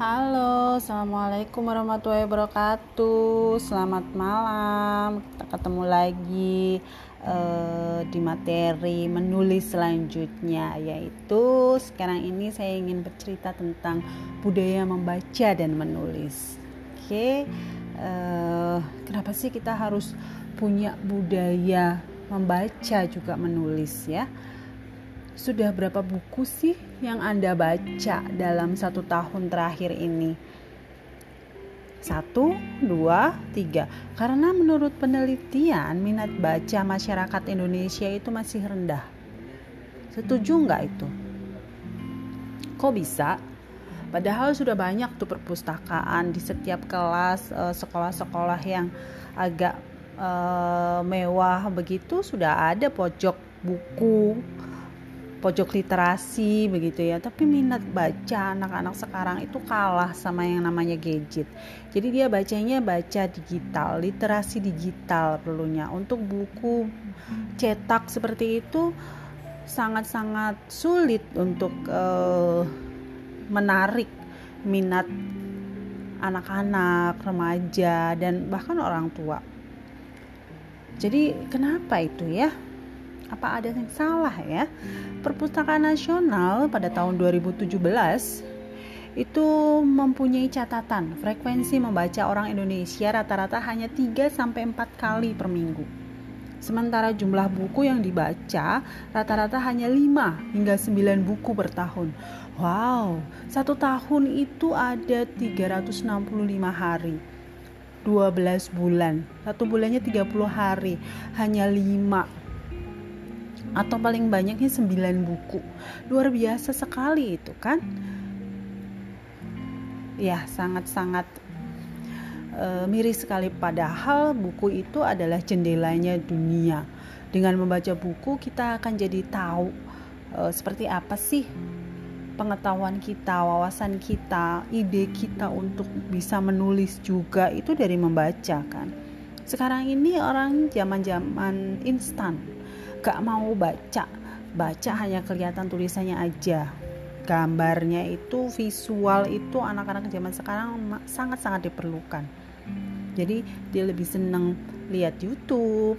Halo, assalamualaikum warahmatullahi wabarakatuh. Selamat malam. Kita ketemu lagi di materi menulis selanjutnya, yaitu sekarang ini saya ingin bercerita tentang budaya membaca dan menulis. Oke, kenapa sih kita harus punya budaya membaca juga menulis ya? Sudah berapa buku sih yang Anda baca dalam 1 tahun terakhir ini? 1, 2, 3. Karena menurut penelitian, minat baca masyarakat Indonesia itu masih rendah. Setuju nggak itu? Kok bisa? Padahal sudah banyak tuh perpustakaan di setiap kelas, sekolah-sekolah yang agak mewah begitu sudah ada pojok buku, pojok literasi begitu ya. Tapi minat baca anak-anak sekarang itu kalah sama yang namanya gadget. Jadi dia baca digital, literasi digital perlunya. Untuk buku cetak seperti itu sangat-sangat sulit untuk menarik minat anak-anak, remaja dan bahkan orang tua. Jadi kenapa itu ya? Apa ada yang salah ya? Perpustakaan Nasional pada tahun 2017 itu mempunyai catatan frekuensi membaca orang Indonesia rata-rata hanya 3-4 kali per minggu. Sementara jumlah buku yang dibaca rata-rata hanya 5 hingga 9 buku per tahun. Wow, 1 tahun itu ada 365 hari. 12 bulan. 1 bulannya 30 hari. Hanya 5 atau paling banyaknya 9 buku. Luar biasa sekali itu kan? Ya, sangat-sangat miris sekali, padahal buku itu adalah jendelanya dunia. Dengan membaca buku kita akan jadi tahu seperti apa sih pengetahuan kita, wawasan kita, ide kita untuk bisa menulis juga itu dari membaca kan. Sekarang ini orang zaman instan, gak mau baca hanya kelihatan tulisannya aja. Gambarnya itu, visual itu anak-anak zaman sekarang sangat-sangat diperlukan. Jadi dia lebih senang lihat YouTube,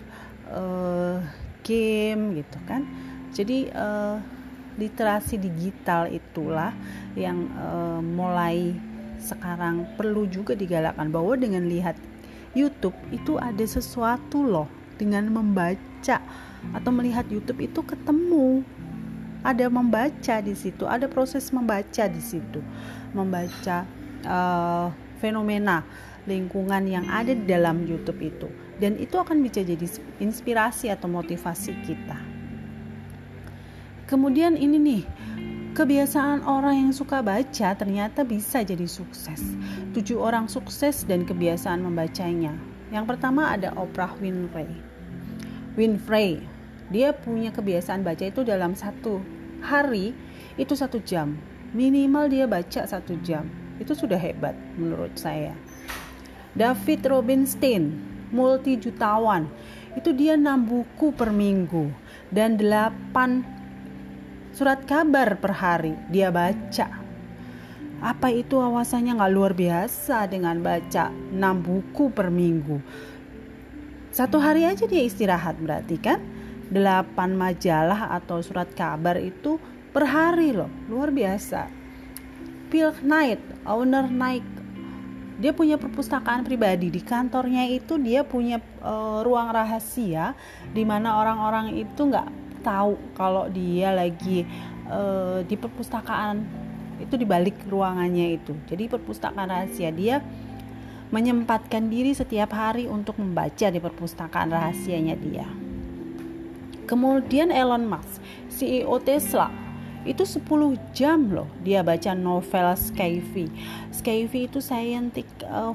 game gitu kan. Jadi literasi digital itulah yang mulai sekarang perlu juga digalakkan, bahwa dengan lihat YouTube itu ada sesuatu loh. Dengan membaca atau melihat YouTube itu ketemu, ada membaca di situ, ada proses membaca di situ, membaca fenomena lingkungan yang ada di dalam YouTube itu, dan itu akan bisa jadi inspirasi atau motivasi kita. Kemudian ini nih, kebiasaan orang yang suka baca ternyata bisa jadi sukses. 7 orang sukses dan kebiasaan membacanya. Yang pertama ada Oprah Winfrey. Dia punya kebiasaan baca itu dalam 1 hari itu 1 jam. Minimal dia baca 1 jam. Itu sudah hebat menurut saya. David Rubenstein, multi jutawan. Itu dia 6 buku per minggu dan 8 surat kabar per hari dia baca. Apa itu wawasannya gak luar biasa dengan baca 6 buku per minggu. 1 hari aja dia istirahat berarti kan. 8 majalah atau surat kabar itu per hari loh. Luar biasa. Phil Knight, owner Nike. Dia punya perpustakaan pribadi. Di kantornya itu dia punya ruang rahasia di mana orang-orang itu gak tahu kalau dia lagi di perpustakaan itu, di balik ruangannya itu. Jadi perpustakaan rahasia. Dia menyempatkan diri setiap hari untuk membaca di perpustakaan rahasianya dia. Kemudian Elon Musk, CEO Tesla, itu 10 jam loh dia baca novel Sci-Fi. Sci-Fi itu scientific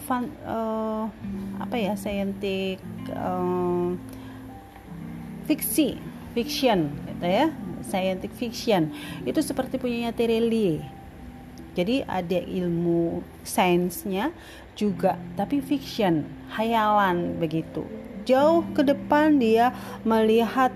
fiction gitu ya. Scientific fiction. Itu seperti punyanya Terelie. Jadi ada ilmu sainsnya juga, tapi fiction, hayalan begitu. Jauh ke depan dia melihat,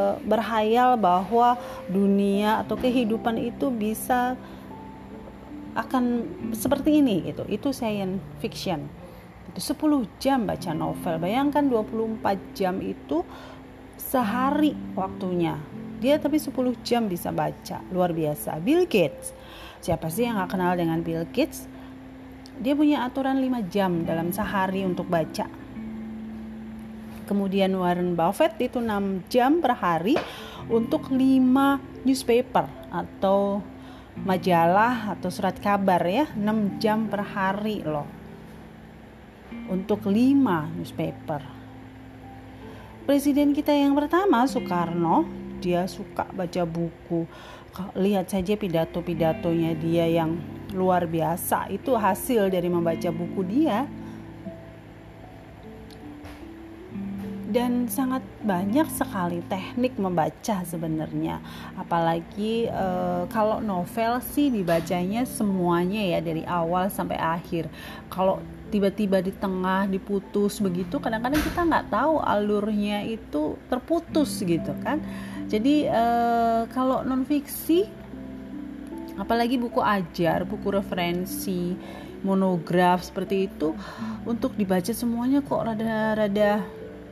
berhayal bahwa dunia atau kehidupan itu bisa akan seperti ini gitu. Itu science fiction. Itu 10 jam baca novel. Bayangkan 24 jam itu sehari waktunya. Dia tapi 10 jam bisa baca. Luar biasa. Bill Gates. Siapa sih yang gak kenal dengan Bill Gates? Dia punya aturan 5 jam dalam sehari untuk baca. Kemudian Warren Buffett itu 6 jam per hari untuk 5 newspaper atau majalah atau surat kabar ya. 6 jam per hari loh. Untuk 5 newspaper. Presiden kita yang pertama, Soekarno, dia suka baca buku. Lihat saja pidato-pidatonya dia yang luar biasa. Itu hasil dari membaca buku dia. Dan sangat banyak sekali teknik membaca sebenarnya. Apalagi kalau novel sih dibacanya semuanya ya dari awal sampai akhir. Kalau tiba-tiba di tengah diputus begitu, kadang-kadang kita nggak tahu alurnya itu terputus gitu kan. Jadi kalau non-fiksi, apalagi buku ajar, buku referensi, monograf seperti itu, untuk dibaca semuanya kok rada-rada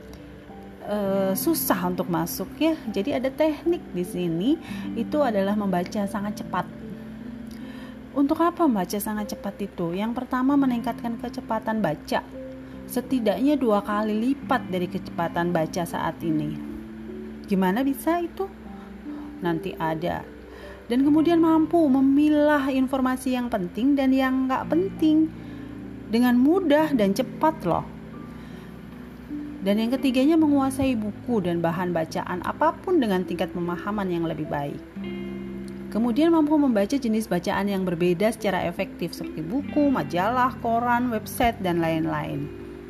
susah untuk masuk ya. Jadi ada teknik di sini, itu adalah membaca sangat cepat. Untuk apa membaca sangat cepat itu? Yang pertama, meningkatkan kecepatan baca. Setidaknya 2 kali lipat dari kecepatan baca saat ini. Gimana bisa itu? Nanti ada. Dan kemudian mampu memilah informasi yang penting dan yang gak penting dengan mudah dan cepat loh. Dan yang ketiganya, menguasai buku dan bahan bacaan apapun dengan tingkat pemahaman yang lebih baik. Kemudian mampu membaca jenis bacaan yang berbeda secara efektif seperti buku, majalah, koran, website, dan lain-lain.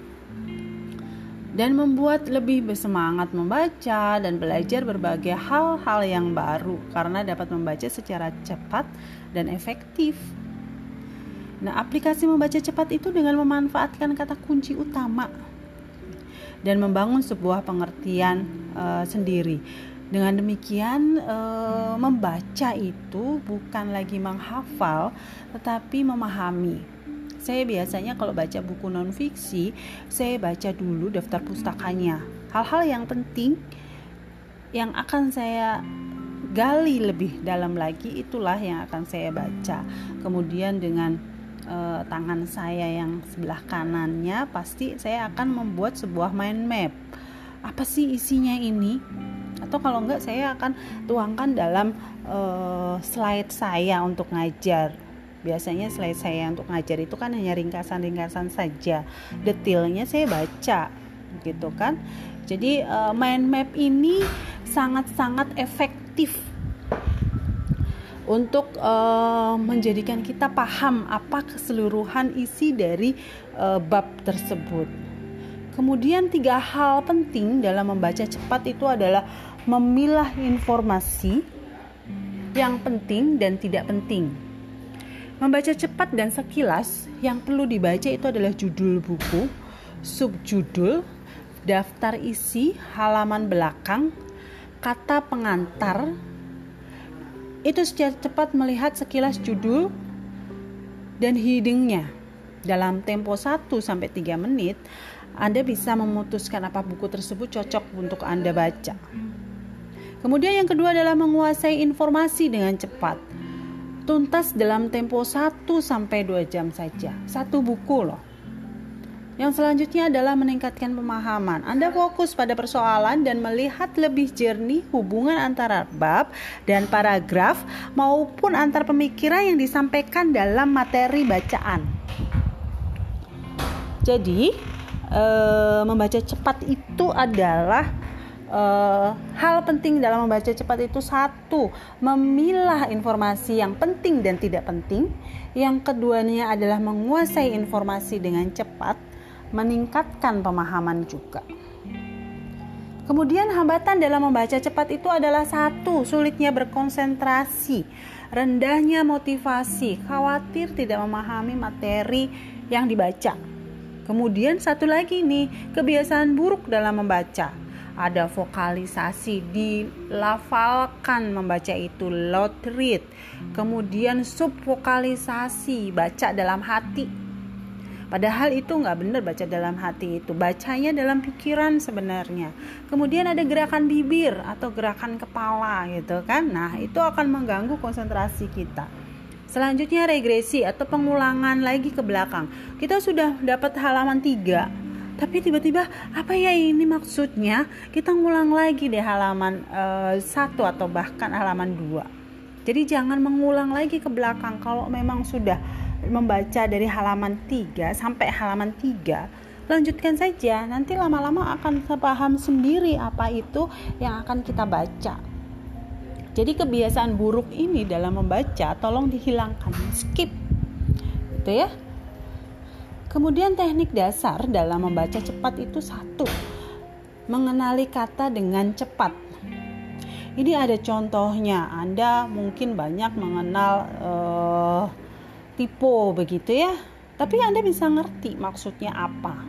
Dan membuat lebih bersemangat membaca dan belajar berbagai hal-hal yang baru karena dapat membaca secara cepat dan efektif. Nah, aplikasi membaca cepat itu dengan memanfaatkan kata kunci utama dan membangun sebuah pengertian sendiri. Dengan demikian, membaca itu bukan lagi menghafal, tetapi memahami. Saya biasanya kalau baca buku non-fiksi, saya baca dulu daftar pustakanya. Hal-hal yang penting yang akan saya gali lebih dalam lagi, itulah yang akan saya baca. Kemudian dengan tangan saya yang sebelah kanannya, pasti saya akan membuat sebuah mind map. Apa sih isinya ini? Atau kalau enggak, saya akan tuangkan dalam slide saya untuk ngajar. Biasanya slide saya untuk ngajar itu kan hanya ringkasan-ringkasan saja. Detailnya saya baca gitu kan. Jadi mind map ini sangat-sangat efektif untuk menjadikan kita paham apa keseluruhan isi dari bab tersebut. Kemudian 3 hal penting dalam membaca cepat itu adalah memilah informasi yang penting dan tidak penting. Membaca cepat dan sekilas, yang perlu dibaca itu adalah judul buku, subjudul, daftar isi, halaman belakang, kata pengantar. Itu secara cepat melihat sekilas judul dan heading-nya. Dalam tempo 1-3 menit, Anda bisa memutuskan apa buku tersebut cocok untuk Anda baca. Kemudian yang kedua adalah menguasai informasi dengan cepat. Tuntas dalam tempo 1-2 jam saja. 1 buku loh. Yang selanjutnya adalah meningkatkan pemahaman. Anda fokus pada persoalan dan melihat lebih jernih hubungan antara bab dan paragraf maupun antar pemikiran yang disampaikan dalam materi bacaan. Jadi, membaca cepat itu adalah hal penting dalam membaca cepat itu: 1, memilah informasi yang penting dan tidak penting. Yang keduanya adalah menguasai informasi dengan cepat, meningkatkan pemahaman juga. Kemudian hambatan dalam membaca cepat itu adalah 1, sulitnya berkonsentrasi, rendahnya motivasi, khawatir tidak memahami materi yang dibaca. Kemudian 1 lagi nih, kebiasaan buruk dalam membaca. ada vokalisasi, dilafalkan membaca itu loud read, kemudian subvokalisasi, baca dalam hati. Padahal itu nggak benar baca dalam hati itu, bacanya dalam pikiran sebenarnya. Kemudian ada gerakan bibir atau gerakan kepala gitu kan. Nah, itu akan mengganggu konsentrasi kita. Selanjutnya regresi atau pengulangan lagi ke belakang. Kita sudah dapat halaman 3, tapi tiba-tiba apa ya ini maksudnya? Kita ngulang lagi deh halaman 1 atau bahkan halaman 2. Jadi jangan mengulang lagi ke belakang. Kalau memang sudah membaca dari halaman 3 sampai halaman 3, lanjutkan saja. Nanti lama-lama akan paham sendiri apa itu yang akan kita baca. Jadi kebiasaan buruk ini dalam membaca tolong dihilangkan, skip gitu ya. Kemudian teknik dasar dalam membaca cepat itu 1, mengenali kata dengan cepat. Ini ada contohnya. Anda mungkin banyak mengenal typo begitu ya, tapi Anda bisa ngerti maksudnya apa.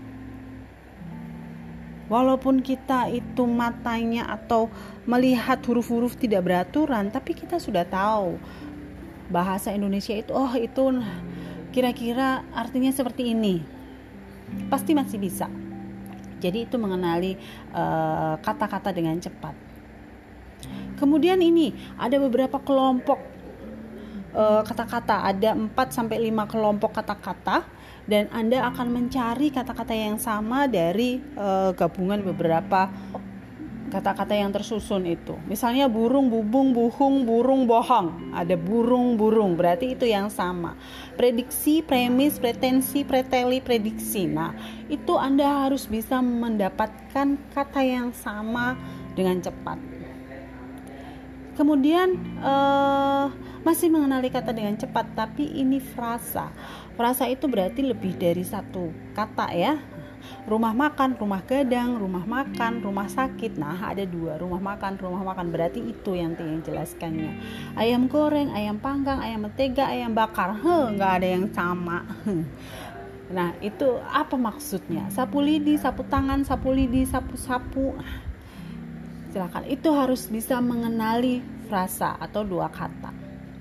Walaupun kita itu matanya atau melihat huruf-huruf tidak beraturan, tapi kita sudah tahu bahasa Indonesia itu, oh itu kira-kira artinya seperti ini. Pasti masih bisa. Jadi itu mengenali kata-kata dengan cepat. Kemudian ini ada beberapa kelompok kata-kata, ada 4-5 kelompok kata-kata, dan Anda akan mencari kata-kata yang sama dari gabungan beberapa kata-kata yang tersusun itu. Misalnya burung, bubung, buhung, burung, bohong. Ada burung, burung, berarti itu yang sama. Prediksi, premis, pretensi, preteli, prediksi. Nah, itu Anda harus bisa mendapatkan kata yang sama dengan cepat. Kemudian masih mengenali kata dengan cepat, tapi ini frasa. Frasa itu berarti lebih dari satu kata ya. Rumah makan, rumah gadang, rumah makan, rumah sakit. Nah, ada 2, rumah makan, berarti itu yang jelaskannya. Ayam goreng, ayam panggang, ayam mentega, ayam bakar. Nggak ada yang sama. Nah, itu apa maksudnya? Sapu lidi, sapu tangan, sapu lidi, sapu-sapu. Silakan, itu harus bisa mengenali frasa atau 2 kata.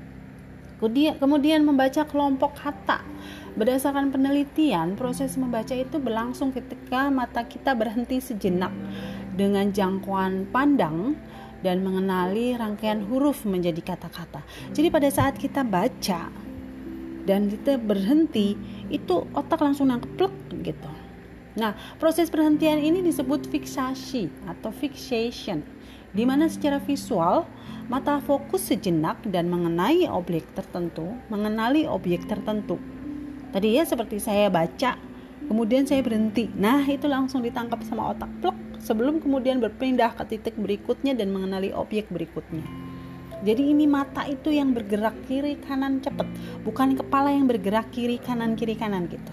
Kemudian membaca kelompok kata. Berdasarkan penelitian, proses membaca itu berlangsung ketika mata kita berhenti sejenak dengan jangkauan pandang dan mengenali rangkaian huruf menjadi kata-kata. Jadi pada saat kita baca dan kita berhenti, itu otak langsung nangkep plek gitu. Nah, proses perhentian ini disebut fiksasi atau fixation, di mana secara visual mata fokus sejenak dan mengenali objek tertentu. Tadi ya seperti saya baca, kemudian saya berhenti. Nah, itu langsung ditangkap sama otak plek sebelum kemudian berpindah ke titik berikutnya dan mengenali objek berikutnya. Jadi ini mata itu yang bergerak kiri kanan cepat, bukan kepala yang bergerak kiri kanan gitu.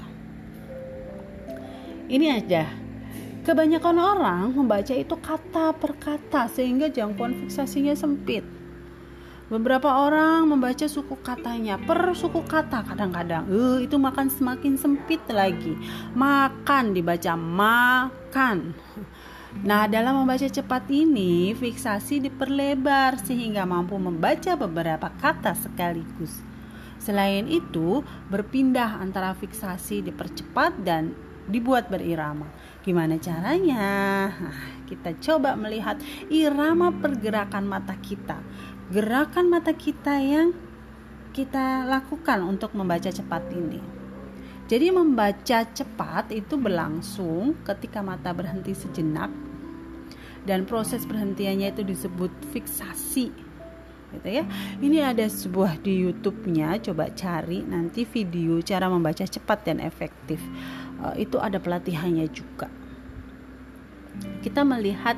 Ini aja. Kebanyakan orang membaca itu kata per kata sehingga jangkauan fiksasinya sempit. Beberapa orang membaca suku katanya per suku kata kadang-kadang. Itu makan semakin sempit lagi. Makan dibaca makan. Nah, dalam membaca cepat ini fiksasi diperlebar sehingga mampu membaca beberapa kata sekaligus. Selain itu, berpindah antara fiksasi dipercepat dan dibuat berirama. Gimana caranya? Kita coba melihat irama pergerakan mata kita. Gerakan mata kita yang kita lakukan untuk membaca cepat ini. Jadi membaca cepat itu berlangsung ketika mata berhenti sejenak dan proses perhentiannya itu disebut fiksasi. Gitu ya. Ini ada sebuah di YouTube-nya, coba cari nanti video cara membaca cepat dan efektif. Itu ada pelatihannya juga. Kita melihat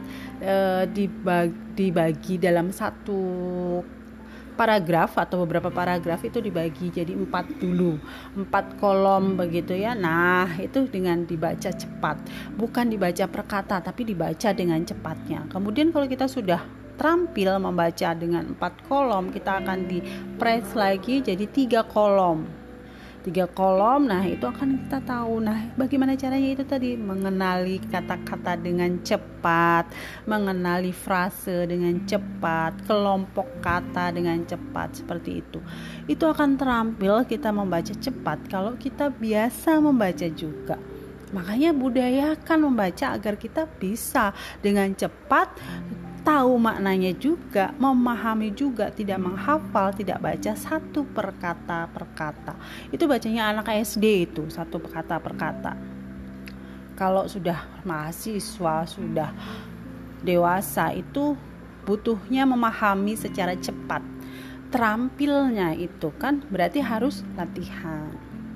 dibagi dalam satu paragraf atau beberapa paragraf itu dibagi jadi 4 dulu, 4 kolom begitu ya. Nah, itu dengan dibaca cepat, bukan dibaca per kata tapi dibaca dengan cepatnya. Kemudian kalau kita sudah terampil membaca dengan 4 kolom, kita akan di press lagi jadi 3 kolom. 3 kolom. Nah, itu akan kita tahu. Nah, bagaimana caranya itu tadi? Mengenali kata-kata dengan cepat, mengenali frase dengan cepat, kelompok kata dengan cepat, seperti itu. Itu akan terampil kita membaca cepat kalau kita biasa membaca juga. Makanya budayakan membaca agar kita bisa dengan cepat tahu maknanya juga, memahami juga, tidak menghafal, tidak baca satu per kata. Itu bacanya anak SD itu, satu kata per kata. Kalau sudah mahasiswa, sudah dewasa, itu butuhnya memahami secara cepat. Terampilnya itu kan berarti harus latihan.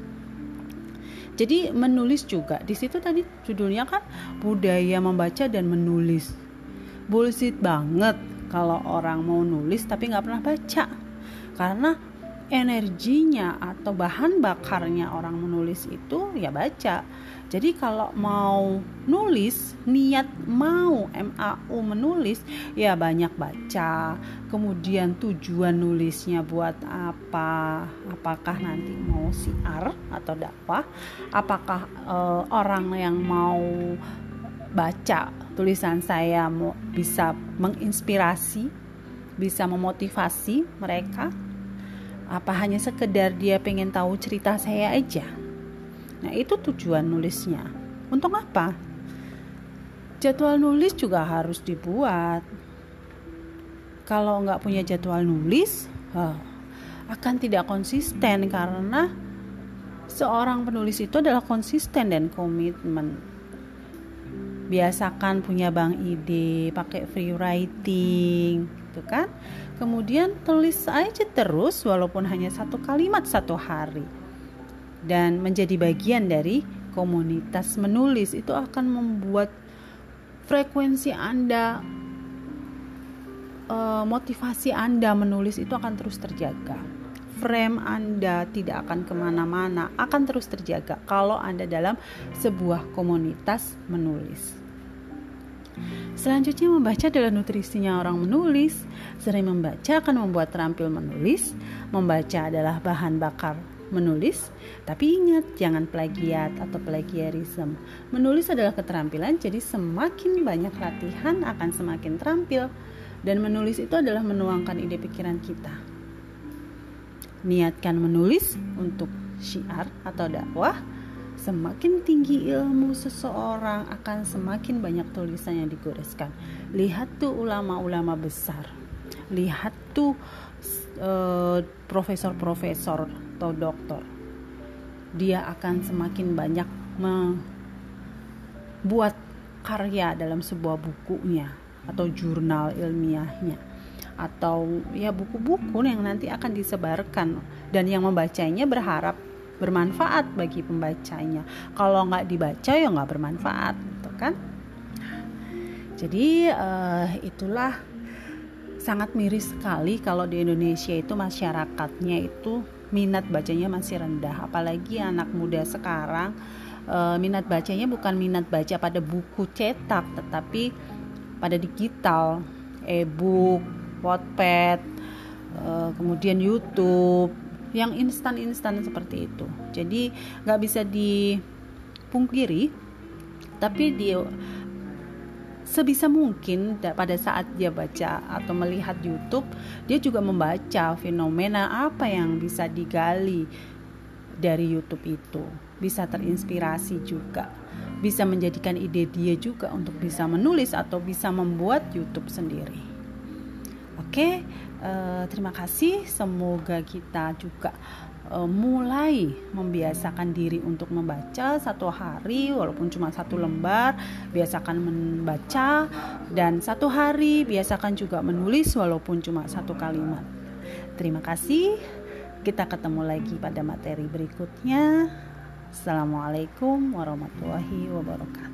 Jadi menulis juga, di situ tadi judulnya kan budaya membaca dan menulis. Bullshit banget kalau orang mau nulis tapi nggak pernah baca, karena energinya atau bahan bakarnya orang menulis itu ya baca. Jadi kalau mau nulis, niat mau menulis ya banyak baca. Kemudian tujuan nulisnya buat apa? Apakah nanti mau syiar atau dakwah? Apakah orang yang mau baca tulisan saya mau bisa menginspirasi, bisa memotivasi mereka? Apa hanya sekedar dia pengen tahu cerita saya aja? Nah, itu tujuan nulisnya. Untuk apa? Jadwal nulis juga harus dibuat. Kalau nggak punya jadwal nulis, akan tidak konsisten, karena seorang penulis itu adalah konsisten dan komitmen. Biasakan punya bank ide, pakai free writing, gitu kan? Kemudian tulis aja terus walaupun hanya 1 kalimat 1 hari. Dan menjadi bagian dari komunitas menulis itu akan membuat frekuensi Anda, motivasi Anda menulis itu akan terus terjaga. Frame Anda tidak akan kemana-mana, akan terus terjaga kalau Anda dalam sebuah komunitas menulis. Selanjutnya, membaca adalah nutrisinya orang menulis. Sering membaca akan membuat terampil menulis. Membaca adalah bahan bakar menulis. Tapi ingat, jangan plagiat atau plagiarisme. Menulis adalah keterampilan, jadi semakin banyak latihan akan semakin terampil. Dan menulis itu adalah menuangkan ide pikiran kita. Niatkan menulis untuk syiar atau dakwah. Semakin tinggi ilmu seseorang, akan semakin banyak tulisan yang digoreskan. Lihat tuh ulama-ulama besar, lihat tuh profesor-profesor atau doktor. Dia akan semakin banyak membuat karya dalam sebuah bukunya atau jurnal ilmiahnya, atau ya buku-buku yang nanti akan disebarkan, dan yang membacanya berharap bermanfaat bagi pembacanya. Kalau nggak dibaca ya nggak bermanfaat, gitu kan? Jadi itulah sangat miris sekali kalau di Indonesia itu masyarakatnya itu minat bacanya masih rendah. Apalagi anak muda sekarang, minat bacanya bukan minat baca pada buku cetak, tetapi pada digital, e-book, Wattpad, kemudian YouTube, yang instan-instan seperti itu. Jadi nggak bisa dipungkiri, tapi dia sebisa mungkin pada saat dia baca atau melihat YouTube, dia juga membaca fenomena apa yang bisa digali dari YouTube itu, bisa terinspirasi juga, bisa menjadikan ide dia juga untuk bisa menulis atau bisa membuat YouTube sendiri. Oke, terima kasih. Semoga kita juga mulai membiasakan diri untuk membaca 1 hari, walaupun cuma 1 lembar. Biasakan membaca, dan 1 hari biasakan juga menulis walaupun cuma 1 kalimat. Terima kasih. Kita ketemu lagi pada materi berikutnya. Assalamualaikum warahmatullahi wabarakatuh.